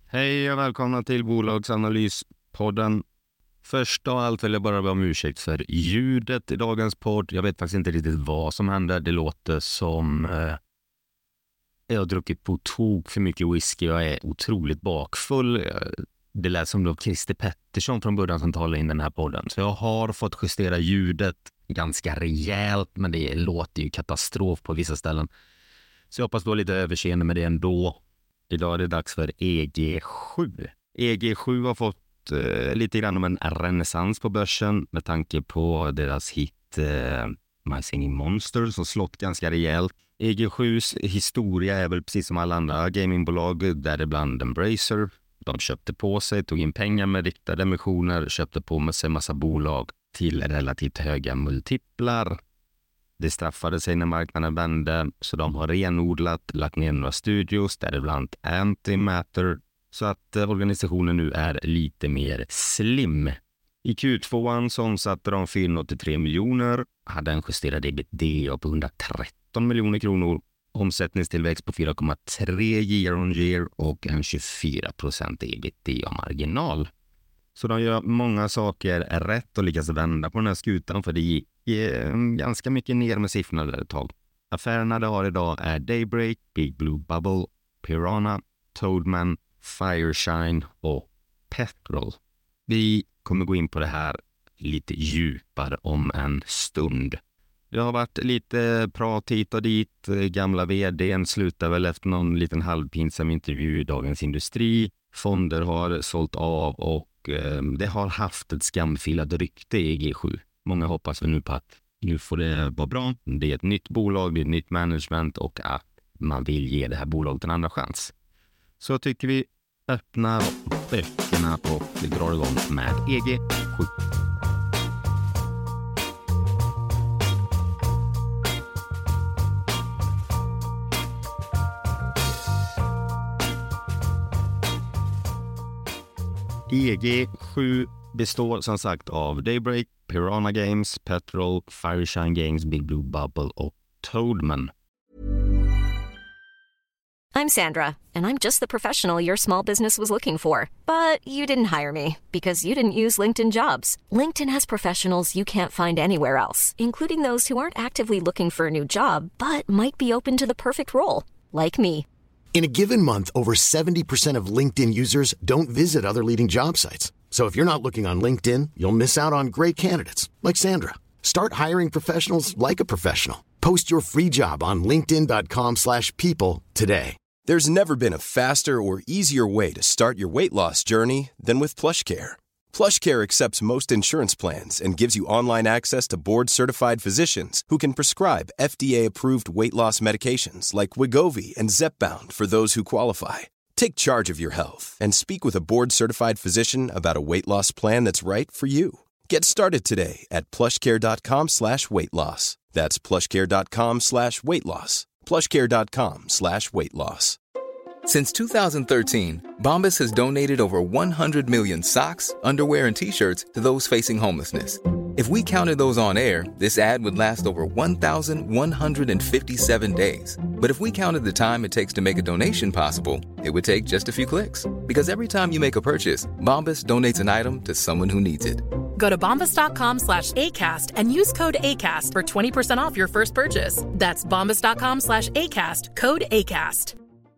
Hej och välkomna till Bolagsanalyspodden. Först av allt vill jag bara be om ursäkt för ljudet i dagens podd. Jag vet faktiskt inte riktigt vad som händer. Det låter som jag har druckit på tok för mycket whisky. Jag är otroligt bakfull. Det lät som då Christer Pettersson från början som talade in den här podden. Så jag har fått justera ljudet ganska rejält, men det låter ju katastrof på vissa ställen. Så jag hoppas då lite överseende med det ändå. Idag är det dags för EG7. EG7 har fått lite grann om en renässans på börsen med tanke på deras hit My Singing Monsters som slått ganska rejält. EG7s historia är väl precis som alla andra gamingbolag, däribland Embracer. De köpte på sig, tog in pengar med riktade emissioner, köpte på sig en massa bolag till relativt höga multiplar. Det straffade sig när marknaden vände, så de har renodlat, lagt ner några studios, däribland Antimatter, så att organisationen nu är lite mer slim. I Q2 så omsatte de 483 miljoner, hade en justerad EBITDA på 113 miljoner kronor, omsättningstillväxt på 4,3 year on year och en 24% EBITDA-marginal. Så de gör många saker rätt och lyckas vända på den här skutan, för det gick ganska mycket ner med siffrorna där ett tag. Affärerna det har idag är Daybreak, Big Blue Bubble, Piranha, Toadman, Fireshine och Petrol. Vi kommer gå in på det här lite djupare om en stund. Det har varit lite prat hit och dit. Gamla vdn slutar väl efter någon liten halvpinsam intervju i Dagens Industri. Fonder har sålt av och det har haft ett skamfilat rykte i EG7. Många hoppas väl nu på att nu får det vara bra. Det är ett nytt bolag, det är ett nytt management och att man vill ge det här bolaget en andra chans. Så tycker vi öppnar böckerna och vi drar igång med EG7. EG7 består som sagt av Daybreak, Piranha Games, Petrol, Fireshine Games, Big Blue Bubble och Toadman. I'm Sandra, and I'm just the professional your small business was looking for. But you didn't hire me because you didn't use LinkedIn Jobs. LinkedIn has professionals you can't find anywhere else, including those who aren't actively looking for a new job, but might be open to the perfect role, like me. In a given month, over 70% of LinkedIn users don't visit other leading job sites. So if you're not looking on LinkedIn, you'll miss out on great candidates like Sandra. Start hiring professionals like a professional. Post your free job on linkedin.com/people today. There's never been a faster or easier way to start your weight loss journey than with PlushCare. PlushCare accepts most insurance plans and gives you online access to board-certified physicians who can prescribe FDA-approved weight loss medications like Wegovy and Zepbound for those who qualify. Take charge of your health and speak with a board-certified physician about a weight loss plan that's right for you. Get started today at plushcare.com/weightloss. That's plushcare.com/weightloss. plushcare.com/weightloss. Since 2013, Bombas has donated over 100 million socks, underwear, and T-shirts to those facing homelessness. If we counted those on air, this ad would last over 1,157 days. But if we counted the time it takes to make a donation possible, it would take just a few clicks. Because every time you make a purchase, Bombas donates an item to someone who needs it. Go to bombas.com/ACAST and use code ACAST for 20% off your first purchase. That's bombas.com/ACAST, code ACAST.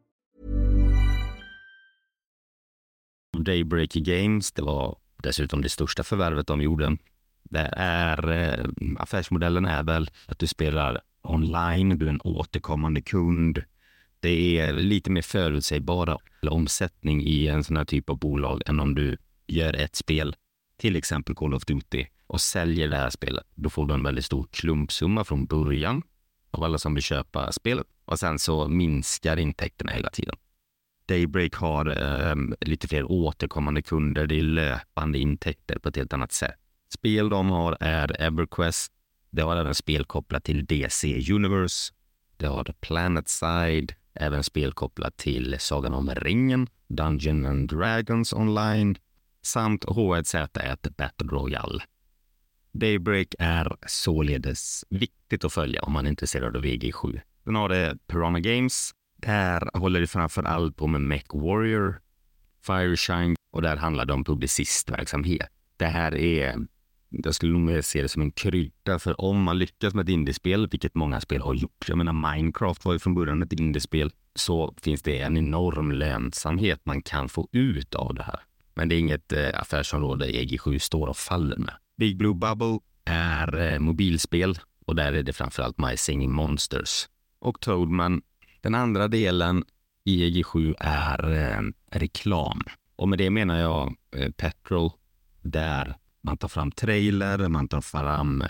Daybreak Games, det var dessutom det största förvärvet de gjorde. Affärsmodellen är väl att du spelar online, du är en återkommande kund. Det är lite mer förutsägbara omsättning i en sån här typ av bolag än om du gör ett spel, till exempel Call of Duty, och säljer det här spelet. Då får du en väldigt stor klumpsumma från början av alla som vill köpa spelet och sen så minskar intäkterna hela tiden. Daybreak har lite fler återkommande kunder, det är löpande intäkter på ett helt annat sätt. Spel de har är EverQuest, det har även spel kopplat till DC Universe, det har PlanetSide, även spel kopplat till Sagan om ringen, Dungeons and Dragons Online samt H1Z1 Battle Royale. Daybreak är således viktigt att följa om man är intresserad av EG7. Sen har det Piranha Games. Där håller det framför allt på med Mech Warrior. Fireshine, och där handlar det om publicistverksamhet. Det här är, jag skulle nog mer se det som en krydda, för om man lyckas med ett indiespel, vilket många spel har gjort, jag menar Minecraft var ju från början ett indiespel, så finns det en enorm lönsamhet man kan få ut av det här. Men det är inget affärsområde EG7 står och faller med. Big Blue Bubble är mobilspel, och där är det framförallt My Singing Monsters. Och Toadman, den andra delen i EG7 är reklam. Och med det menar jag Petrol, där man tar fram trailer, man tar fram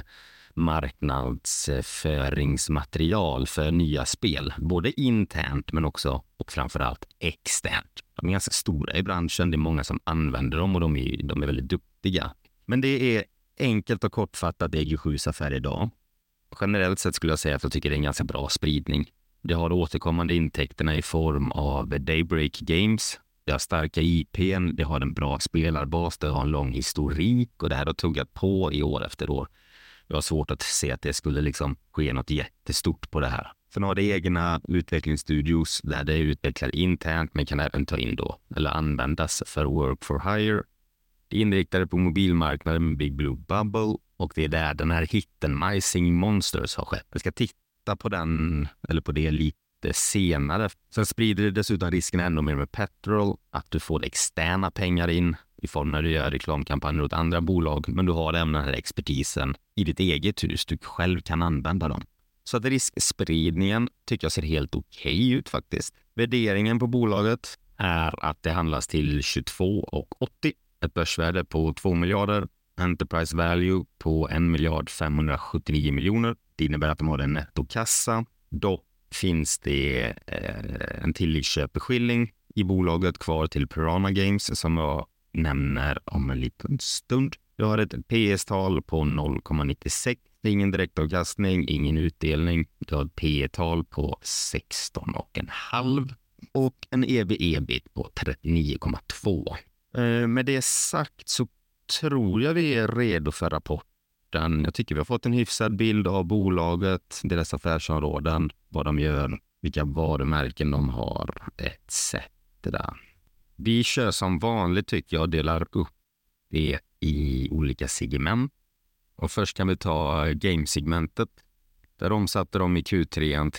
marknadsföringsmaterial för nya spel. Både internt men också och framförallt externt. De är ganska stora i branschen, det är många som använder dem och de är väldigt duktiga. Men det är enkelt och kortfattat EG7s affär idag. Generellt sett skulle jag säga att jag tycker det är en ganska bra spridning. Det har återkommande intäkterna i form av Daybreak Games. Det har starka IPn, det har en bra spelarbas, det har en lång historik och det här har tuggat på i år efter år. Jag har svårt att se att det skulle liksom ske något jättestort på det här. Sen har det egna utvecklingsstudios där det utvecklar internt men kan även ta in då eller användas för work for hire. Det är inriktade på mobilmarknaden med Big Blue Bubble och det är där den här hitten My Singing Monsters har skett. Jag ska titta på den eller på det lite senare. Sen sprider det dessutom risken ännu mer med Petrol att du får externa pengar in i form när du gör reklamkampanjer åt andra bolag, men du har även den här expertisen i ditt eget hus. Du själv kan använda dem. Så att riskspridningen tycker jag ser helt okej ut faktiskt. Värderingen på bolaget är att det handlas till 22,80. Ett börsvärde på 2 miljarder. Enterprise value på 1 579 miljoner. Det innebär att de har en nettokassa. Då finns det en tilläggsköpeskilling i bolaget kvar till Piranha Games som jag nämner om en liten stund. Du har ett PS-tal på 0,96. Ingen direktavkastning, ingen utdelning. Du har ett P-tal på 16,5 och en EV/EBIT på 39,2. Med det sagt så tror jag vi är redo för rapporten. Jag tycker vi har fått en hyfsad bild av bolaget, deras affärsområden, vad de gör, vilka varumärken de har, etc. Vi kör som vanligt tycker jag, delar upp det i olika segment. Och först kan vi ta gamesegmentet. Där omsatte de i Q3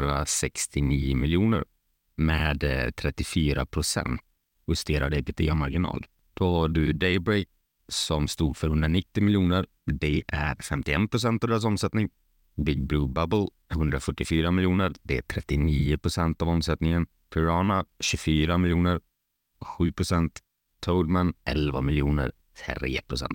369 miljoner med 34% justerad EBITDA-marginal. Då har du Daybreak som stod för 190 miljoner. Det är 51% av deras omsättning. Big Blue Bubble 144 miljoner. Det är 39% av omsättningen. Piranha 24 miljoner. 7%. Toadman 11 miljoner. 3%.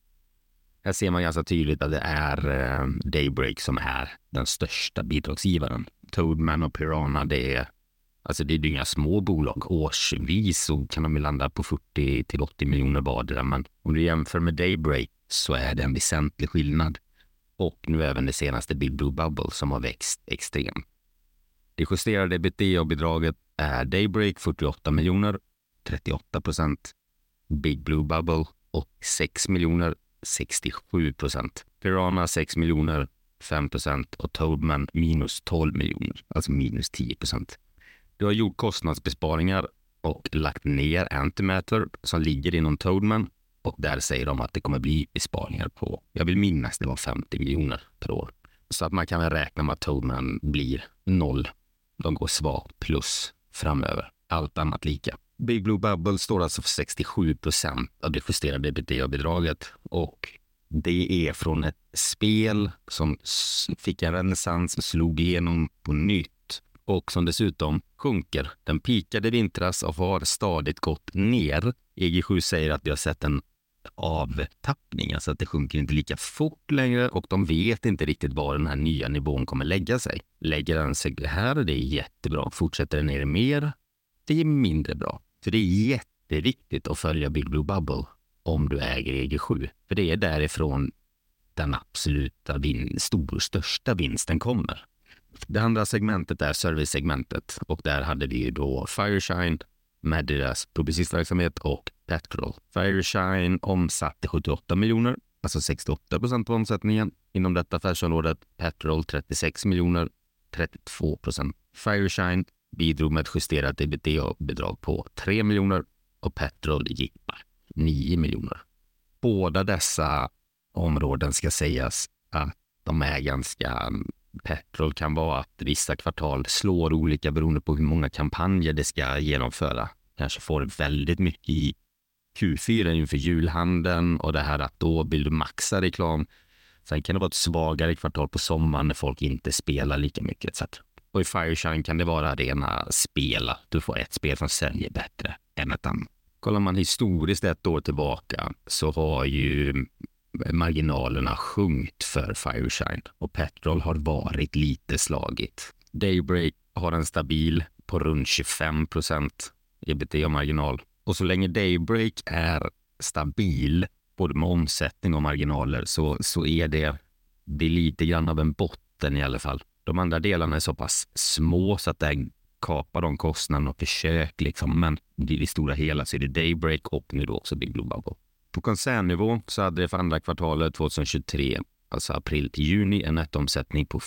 Här ser man ganska tydligt att det är Daybreak som är den största bidragsgivaren. Toadman och Piranha det är inga små bolag. Årsvis så kan de landa på 40 till 80 miljoner vardera. Men om du jämför med Daybreak så är det en väsentlig skillnad. Och nu även det senaste Big Blue Bubble som har växt extremt. Det justerade EBITDA-bidraget är Daybreak 48 miljoner, 38%. Big Blue Bubble och 6 miljoner, 67%. Piranha 6 miljoner, 5% och Toadman minus 12 miljoner, alltså minus 10%. Du har gjort kostnadsbesparingar och lagt ner Antimatter som ligger inom Toadman och där säger de att det kommer bli besparingar på, jag vill minnas det var 50 miljoner per år. Så att man kan väl räkna med att Toadman blir 0. De går svagt plus framöver. Allt annat lika. Big Blue Bubble står alltså för 67% av det justerade EBITDA-bidraget och det är från ett spel som fick en renässans, slog igenom på nytt och som dessutom sjunker. Den pikade vintras och har stadigt gått ner. EG7 säger att vi har sett en avtappning, alltså att det sjunker inte lika fort längre och de vet inte riktigt var den här nya nivån kommer lägga sig. Lägger den sig här, det är jättebra. Fortsätter den ner mer, det är mindre bra. Så det är jätteviktigt att följa Big Blue Bubble om du äger EG7. För det är därifrån den absoluta största vinsten kommer. Det andra segmentet är servicesegmentet och där hade vi ju då Fireshine med deras publicistverksamhet och Petrol. Fireshine omsatte 78 miljoner, alltså 68% på omsättningen inom detta affärsområdet. Petrol 36 miljoner, 32%. Fireshine bidrog med ett justerat EBITDA-bidrag på 3 miljoner och Petrol jippar 9 miljoner. Båda dessa områden ska sägas att de är ganska... Petrol kan vara att vissa kvartal slår olika beroende på hur många kampanjer det ska genomföra. Kanske får väldigt mycket i Q4 inför julhandeln och det här att då vill du maxa reklam. Sen kan det vara ett svagare kvartal på sommaren när folk inte spelar lika mycket etc. Och i Fireshine kan det vara rena spela. Du får ett spel som säljer bättre än ett annat. Kollar man historiskt ett år tillbaka så har ju marginalerna sjunkit för Fireshine och Petrol har varit lite slagigt. Daybreak har en stabil på runt 25% ebitda-marginal. Och så länge Daybreak är stabil både med omsättning och marginaler så är det lite grann av en botten i alla fall. De andra delarna är så pass små så att det kapar de kostnaderna och försök liksom. Men i det stora hela så är det Daybreak och nu då också Big Blue Bubble. På koncernnivå så hade det för andra kvartalet 2023, alltså april till juni, en nettoomsättning på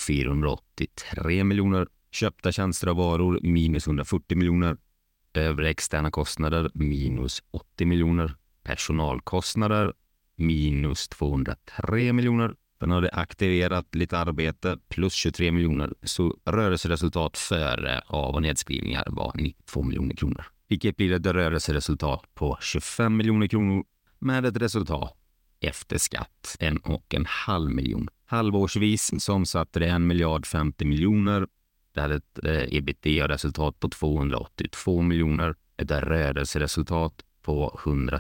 483 miljoner. Köpta tjänster och varor minus 140 miljoner. Övriga externa kostnader minus 80 miljoner. Personalkostnader minus 203 miljoner. Den hade aktiverat lite arbete plus 23 miljoner. Så rörelseresultat före av- och nedskrivningar var 92 miljoner kronor. Vilket blir ett rörelseresultat på 25 miljoner kronor med ett resultat efter skatt 1,5 miljon. Halvårsvis så omsatte det 1,050 miljoner. Det hade ett ebitda-resultat på 282 miljoner. Ett rörelseresultat på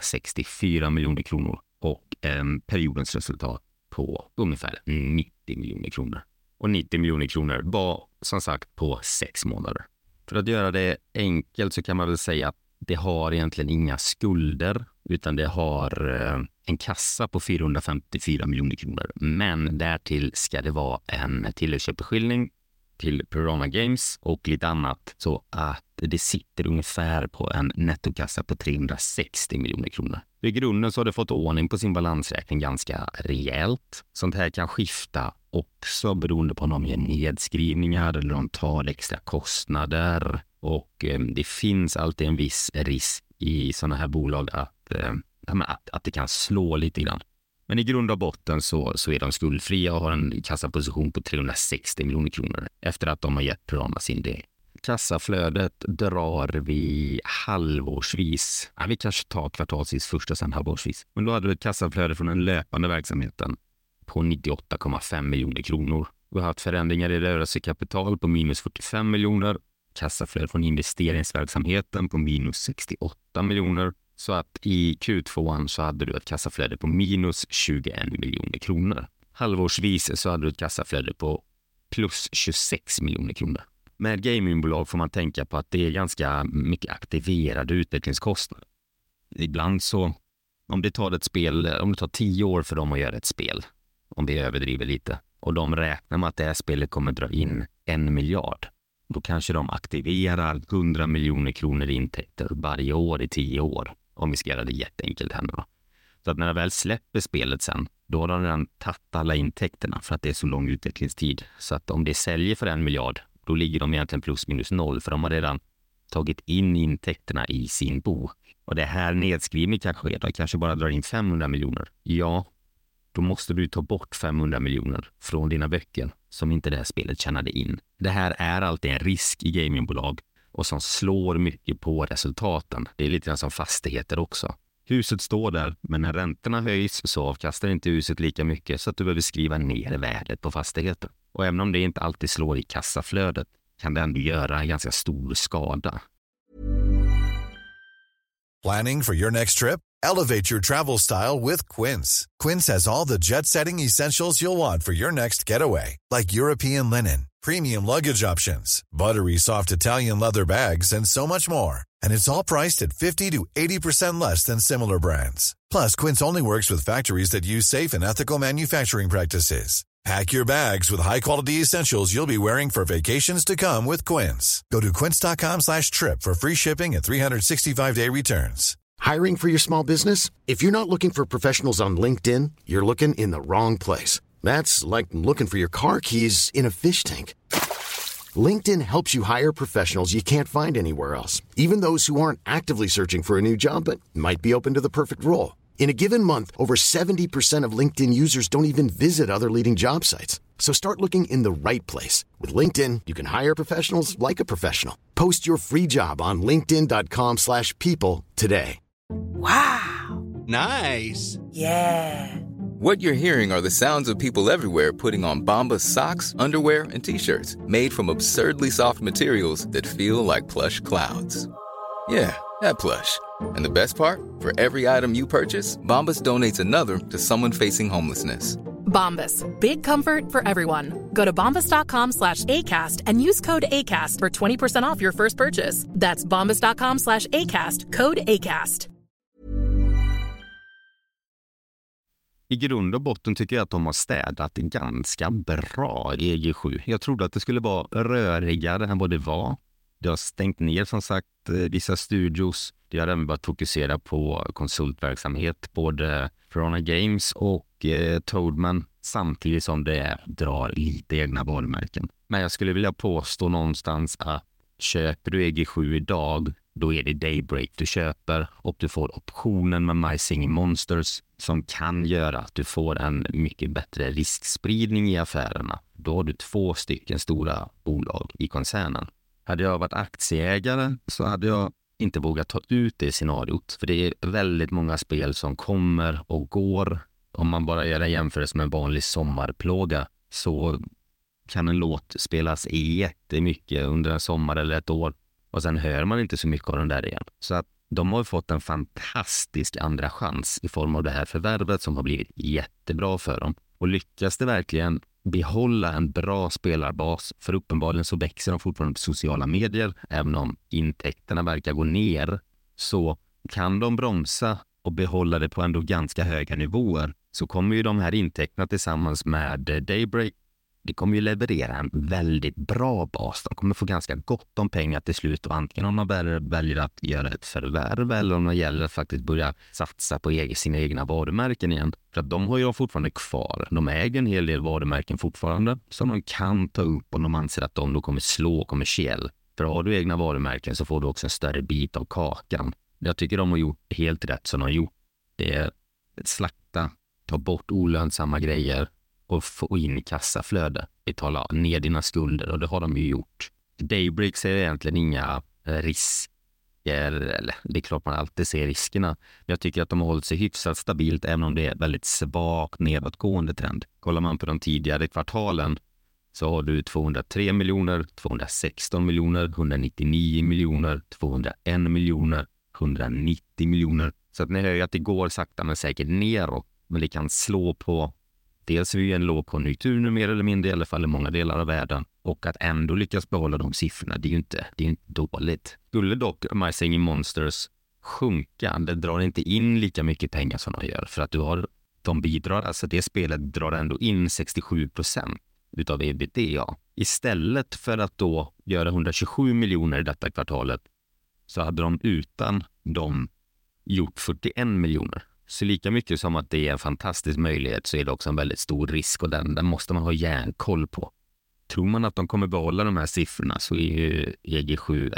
164 miljoner kronor och en periodens resultat på ungefär 90 miljoner kronor. Och 90 miljoner kronor var som sagt på 6 månader. För att göra det enkelt så kan man väl säga att det har egentligen inga skulder utan det har en kassa på 454 miljoner kronor. Men därtill ska det vara en tilläggsköpeskilling till Piranha Games och lite annat så att det sitter ungefär på en nettokassa på 360 miljoner kronor. I grunden så har det fått ordning på sin balansräkning ganska rejält. Sånt här kan skifta också beroende på om de gör nedskrivningar eller de tar extra kostnader och det finns alltid en viss risk i sådana här bolag att det kan slå lite grann. Men i grund och botten så är de skuldfria och har en kassaposition på 360 miljoner kronor efter att de har gett Piranha sin del. Kassaflödet drar vi halvårsvis. Ja, vi kanske tar kvartalsvis först och sen halvårsvis. Men då hade vi ett kassaflöde från den löpande verksamheten på 98,5 miljoner kronor. Vi har haft förändringar i rörelsekapital på minus 45 miljoner. Kassaflöde från investeringsverksamheten på minus 68 miljoner. Så att i Q2 så hade du ett kassaflöde på minus 21 miljoner kronor. Halvårsvis så hade du ett kassaflöde på plus 26 miljoner kronor. Med gamingbolag får man tänka på att det är ganska mycket aktiverade utvecklingskostnader. Ibland så, om det tar 10 år för dem att göra ett spel, om vi överdriver lite, och de räknar med att det här spelet kommer dra in 1 miljard, då kanske de aktiverar 100 miljoner kronor i intäkter varje år i 10 år, om vi ska göra det jätteenkelt här nu. Så att när de väl släpper spelet sen, då har de redan tagit alla intäkterna för att det är så lång utvecklingstid. Så att om det säljer för 1 miljard, då ligger de egentligen plus minus noll för de har redan tagit in intäkterna i sin bok. Och det här nedskrivning kanske bara drar in 500 miljoner. Ja, då måste du ta bort 500 miljoner från dina böcker som inte det här spelet tjänade in. Det här är alltid en risk i gamingbolag och som slår mycket på resultaten. Det är lite grann som fastigheter också. Huset står där, men när räntorna höjs så avkastar inte huset lika mycket så att du behöver skriva ner värdet på fastigheten. Och även om det inte alltid slår i kassaflödet kan det ändå göra en ganska stor skada. Planning for your next trip? Elevate your travel style with Quince. Quince has all the jet-setting essentials you'll want for your next getaway, like European linen, premium luggage options, buttery soft Italian leather bags, and so much more. And it's all priced at 50 to 80% less than similar brands. Plus, Quince only works with factories that use safe and ethical manufacturing practices. Pack your bags with high-quality essentials you'll be wearing for vacations to come with Quince. Go to quince.com/trip for free shipping and 365-day returns. Hiring for your small business? If you're not looking for professionals on LinkedIn, you're looking in the wrong place. That's like looking for your car keys in a fish tank. LinkedIn helps you hire professionals you can't find anywhere else, even those who aren't actively searching for a new job but might be open to the perfect role. In a given month, over 70% of LinkedIn users don't even visit other leading job sites. So start looking in the right place. With LinkedIn, you can hire professionals like a professional. Post your free job on linkedin.com/people today. Wow. Nice. Yeah. What you're hearing are the sounds of people everywhere putting on Bombas socks, underwear, and T-shirts made from absurdly soft materials that feel like plush clouds. Yeah, that plush. And the best part? For every item you purchase, Bombas donates another to someone facing homelessness. Bombas. Big comfort for everyone. Go to bombas.com/ACAST and use code ACAST for 20% off your first purchase. That's bombas.com/ACAST. Code ACAST. I grund och botten tycker jag att de har städat ganska bra i EG7. Jag trodde att det skulle vara rörigare än vad det var. Det har stängt ner som sagt vissa studios. Det har även börjat fokusera på konsultverksamhet, både Piranha Games och Toadman, samtidigt som det drar lite egna varumärken. Men jag skulle vilja påstå någonstans att köper du EG7 idag, då är det Daybreak du köper och du får optionen med My Singing Monsters som kan göra att du får en mycket bättre riskspridning i affärerna. Då har du 2 stycken stora bolag i koncernen. Hade jag varit aktieägare så hade jag inte vågat ta ut det scenariot. För det är väldigt många spel som kommer och går. Om man bara gör en jämförelse med en vanlig sommarplåga så kan en låt spelas jättemycket under en sommar eller ett år. Och sen hör man inte så mycket av den där igen. Så att de har fått en fantastisk andra chans i form av det här förvärvet som har blivit jättebra för dem. Och lyckas det verkligen behålla en bra spelarbas, för uppenbarligen så växer de fortfarande på sociala medier, även om intäkterna verkar gå ner, så kan de bromsa och behålla det på ändå ganska höga nivåer, så kommer ju de här intäkterna tillsammans med Daybreak, det kommer ju leverera en väldigt bra bas. De kommer få ganska gott om pengar till slut, och antingen om man väljer att göra ett förvärv eller om det gäller att faktiskt börja satsa på sina egna varumärken igen. För att de har ju fortfarande kvar. De äger en hel del varumärken fortfarande som de kan ta upp om de anser att de då kommer slå kommersiell. För har du egna varumärken så får du också en större bit av kakan. Jag tycker de har gjort helt rätt som de har gjort. Det är ett slakta, ta bort olönsamma grejer och få in i kassaflöde. Betala ner dina skulder, och det har de ju gjort. Daybreak ser egentligen inga risker. Eller, det är klart man alltid ser riskerna. Men jag tycker att de har hållit sig hyfsat stabilt även om det är väldigt svagt nedåtgående trend. Kollar man på de tidigare kvartalen så har du 203 miljoner, 216 miljoner, 199 miljoner, 201 miljoner, 190 miljoner. Så att ni hör ju att det går sakta men säkert neråt. Men det kan slå på, dels är det en lågkonjunktur nu mer eller mindre, i alla fall i många delar av världen. Och att ändå lyckas behålla de siffrorna, det är ju inte dåligt. Skulle dock My Singing Monsters sjunka, det drar inte in lika mycket pengar som de gör. För att de bidrar, alltså det spelet drar ändå in 67% utav EBITDA. Istället för att då göra 127 miljoner i detta kvartalet så hade de utan dem gjort 41 miljoner. Så lika mycket som att det är en fantastisk möjlighet så är det också en väldigt stor risk, och den måste man ha järnkoll på. Tror man att de kommer behålla de här siffrorna så är ju EG7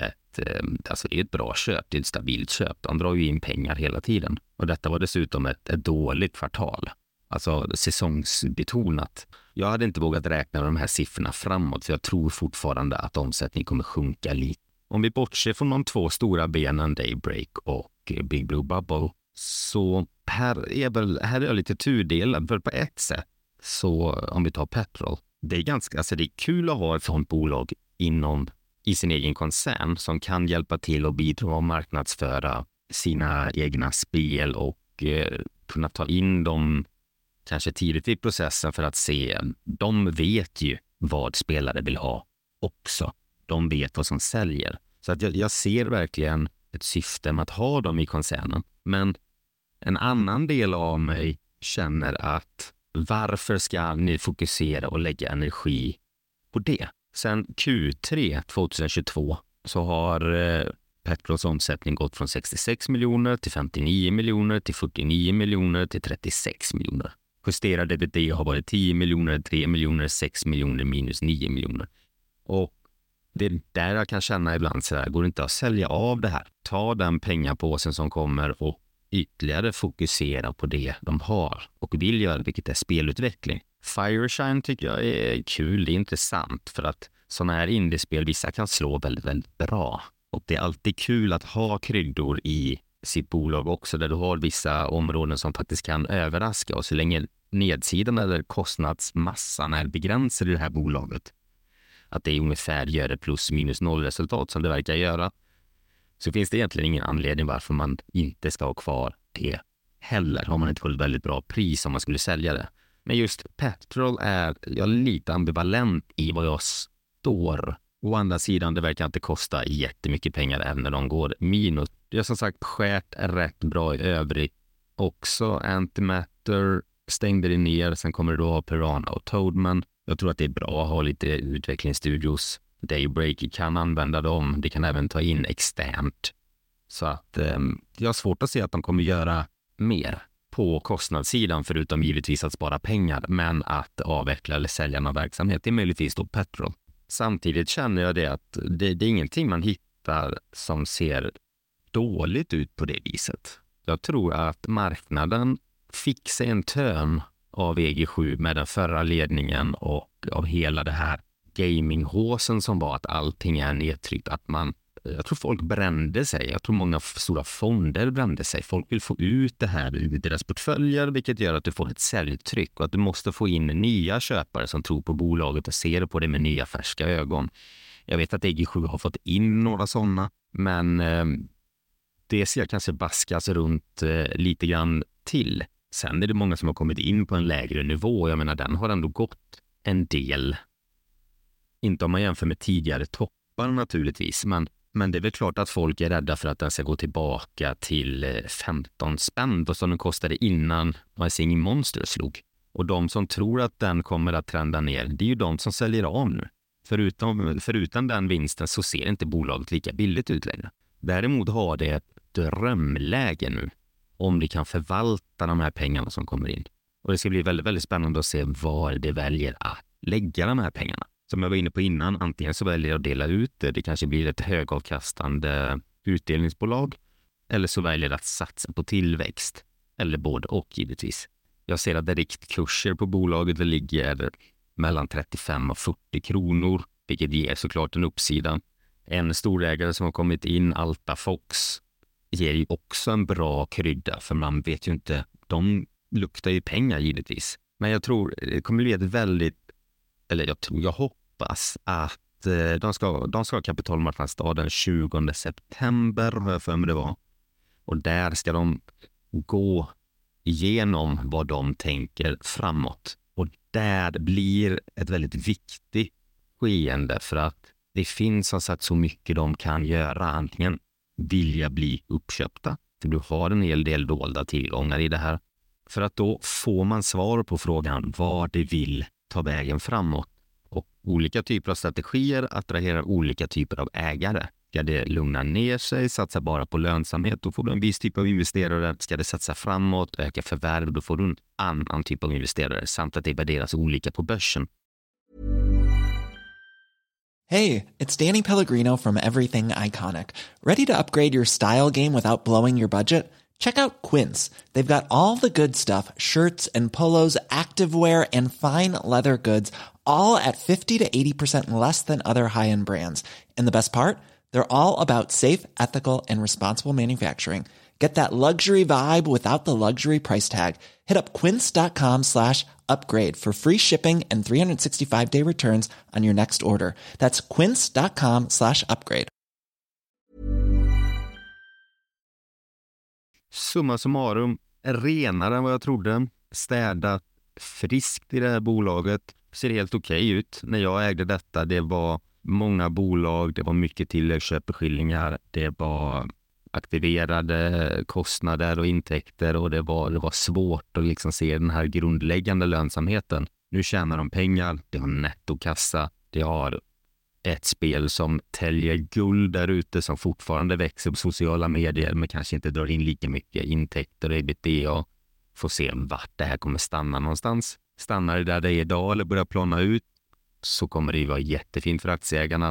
ett bra köp, det är ett stabilt köp. De drar ju in pengar hela tiden. Och detta var dessutom ett dåligt kvartal. Alltså säsongsbetonat. Jag hade inte vågat räkna de här siffrorna framåt, för jag tror fortfarande att omsättningen kommer sjunka lite. Om vi bortser från de 2 stora benen Daybreak och Big Blue Bubble, så här är jag lite tudelad. För på ett sätt, så om vi tar Petrol, det är kul att ha ett sånt bolag i sin egen koncern som kan hjälpa till och bidra och marknadsföra sina egna spel och kunna ta in dem kanske tidigt i processen för att se. De vet ju vad spelare vill ha också. De vet vad som säljer. Så att jag ser verkligen ett syfte med att ha dem i koncernen. Men en annan del av mig känner att varför ska ni fokusera och lägga energi på det? Sen Q3 2022 så har Petrols omsättning gått från 66 miljoner till 59 miljoner till 49 miljoner till 36 miljoner. Justerade EBITDA har varit 10 miljoner, 3 miljoner, 6 miljoner minus 9 miljoner. Och Det är där jag kan känna ibland så här, går det inte att sälja av det här? Ta den pengapåsen som kommer och ytterligare fokusera på det de har och vill göra, vilket är spelutveckling. Fireshine tycker jag är kul, det är intressant för att sådana här indiespel, vissa kan slå väldigt, väldigt bra. Och det är alltid kul att ha kryddor i sitt bolag också, där du har vissa områden som faktiskt kan överraska. Och så länge nedsidan eller kostnadsmassan är begränsad i det här bolaget, att det ungefär gör det plus minus noll resultat som det verkar göra, så finns det egentligen ingen anledning varför man inte ska ha kvar det heller. Har man inte fått ett väldigt bra pris om man skulle sälja det. Men just Petrol är jag lite ambivalent i vad jag står. Å andra sidan, det verkar inte kosta jättemycket pengar även när de går minus. Jag har som sagt skärt rätt bra i övrigt. Också Antimatter stängde det ner. Sen kommer det då ha Piranha och Toadman. Jag tror att det är bra att ha lite utvecklingsstudios. Daybreak kan använda dem. Det kan även ta in externt. Så att jag har svårt att se att de kommer göra mer på kostnadssidan, förutom givetvis att spara pengar, men att avveckla eller sälja någon verksamhet. Det är möjligtvis då Petrol. Samtidigt känner jag det att det är ingenting man hittar som ser dåligt ut på det viset. Jag tror att marknaden fick sig en törn av EG7 med den förra ledningen och av hela det här gaminghåsen som var att allting är nedtryckt. Jag tror folk brände sig. Jag tror många stora fonder brände sig. Folk vill få ut det här ur deras portföljer, vilket gör att du får ett säljtryck och att du måste få in nya köpare som tror på bolaget och ser på det med nya färska ögon. Jag vet att EG7 har fått in några sådana, men det ser kanske baskas runt lite grann till. Sen är det många som har kommit in på en lägre nivå. Jag menar, den har ändå gått en del. Inte om man jämför med tidigare toppar naturligtvis, men det är väl klart att folk är rädda för att den ska gå tillbaka till 15 spänn och som den kostade innan Rising Monster slog. Och de som tror att den kommer att trenda ner, det är ju de som säljer av nu. Förutom den vinsten så ser inte bolaget lika billigt ut längre. Däremot har det ett drömläge nu om det kan förvalta de här pengarna som kommer in. Och det ska bli väldigt, väldigt spännande att se var det väljer att lägga de här pengarna. Som jag var inne på innan, antingen så väljer jag att dela ut det. Det kanske blir ett högavkastande utdelningsbolag. Eller så väljer jag att satsa på tillväxt. Eller både och givetvis. Jag ser att riktkurser på bolaget ligger mellan 35 och 40 kronor. Vilket ger såklart en uppsida. En storägare som har kommit in, Alta Fox, ger ju också en bra krydda. För man vet ju inte, de luktar ju pengar givetvis. Men jag tror det kommer bli ett väldigt, eller jag hoppas att de ska ha kapitalmarknadsdag den 20 september, har jag för mig det var. Och där ska de gå igenom vad de tänker framåt. Och där blir ett väldigt viktigt skeende, för att det finns som sagt så mycket de kan göra. Antingen vilja bli uppköpta, för du har en hel del dolda tillgångar i det här. För att då får man svar på frågan vad det vill ta vägen framåt. Och olika typer av strategier attraherar olika typer av ägare. Ska det lugna ner sig, satsa bara på lönsamhet, då får du en viss typ av investerare. Ska det satsa framåt, öka förvärv, då får du en annan typ av investerare. Samt att det värderas olika på börsen. Hey, it's Danny Pellegrino from Everything Iconic. Ready to upgrade your style game without blowing your budget? Check out Quince. They've got all the good stuff, shirts and polos, activewear and fine leather goods, all at 50 to 80% less than other high-end brands. And the best part? They're all about safe, ethical, and responsible manufacturing. Get that luxury vibe without the luxury price tag. Hit up quince.com/upgrade for free shipping and 365-day returns on your next order. That's quince.com/upgrade. Summa summarum, renare än vad jag trodde. Städat friskt i det här bolaget. Ser helt okej ut. När jag ägde detta, det var många bolag, det var mycket tilläggsköpeskillingar, det var aktiverade kostnader och intäkter, och det var svårt att liksom se den här grundläggande lönsamheten. Nu tjänar de pengar, det har nettokassa, det har ett spel som täljer guld där ute som fortfarande växer på sociala medier men kanske inte drar in lika mycket intäkter och ebitda. Får se vart det här kommer stanna någonstans. Stannar det där det är idag eller börjar plana ut, så kommer det ju vara jättefint för aktieägarna.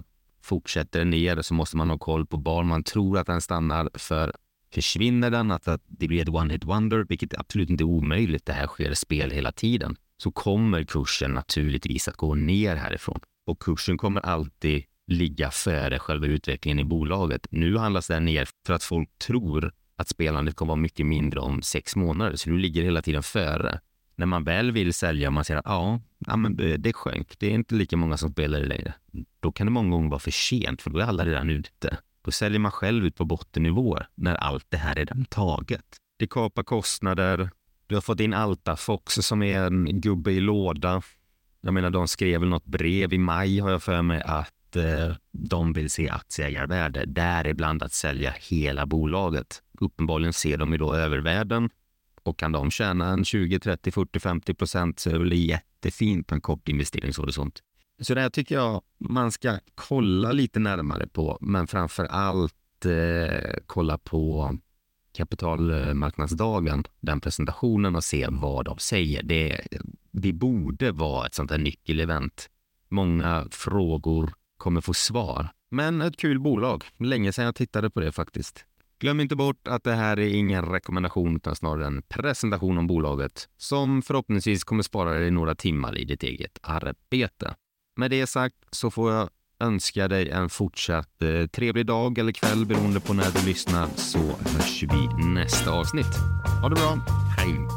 fortsätter ner så måste man ha koll på var man tror att den stannar, för försvinner den, att det blir ett one-hit wonder, vilket absolut inte är omöjligt, det här sker spel hela tiden, så kommer kursen naturligtvis att gå ner härifrån. Och kursen kommer alltid ligga före själva utvecklingen i bolaget. Nu handlas det ner för att folk tror att spelandet kommer vara mycket mindre om 6 månader, så nu ligger det hela tiden före. När man väl vill sälja och man säger att men det sjönk, det är inte lika många som spelar det längre, då kan det många gånger vara för sent, för då är alla redan ute. Då säljer man själv ut på bottennivåer när allt det här är redan taget. Det kapar kostnader. Du har fått in Altafox som är en gubbe i låda. Jag menar, de skrev väl något brev i maj, har jag för mig, att de vill se aktieägarvärde. Däribland att sälja hela bolaget. Uppenbarligen ser de ju då övervärden. Och kan de tjäna en 20, 30, 40, 50% så är det väl jättefint på en kort investeringshorisont. Så det här tycker jag man ska kolla lite närmare på, men framför allt kolla på kapitalmarknadsdagen, den presentationen, och se vad de säger. Det borde vara ett sånt här nyckelevent. Många frågor kommer få svar. Men ett kul bolag. Länge sedan jag tittade på det faktiskt. Glöm inte bort att det här är ingen rekommendation utan snarare en presentation om bolaget som förhoppningsvis kommer spara dig några timmar i ditt eget arbete. Med det sagt så får jag önska dig en fortsatt trevlig dag eller kväll beroende på när du lyssnar, så hörs vi nästa avsnitt. Ha det bra, hej!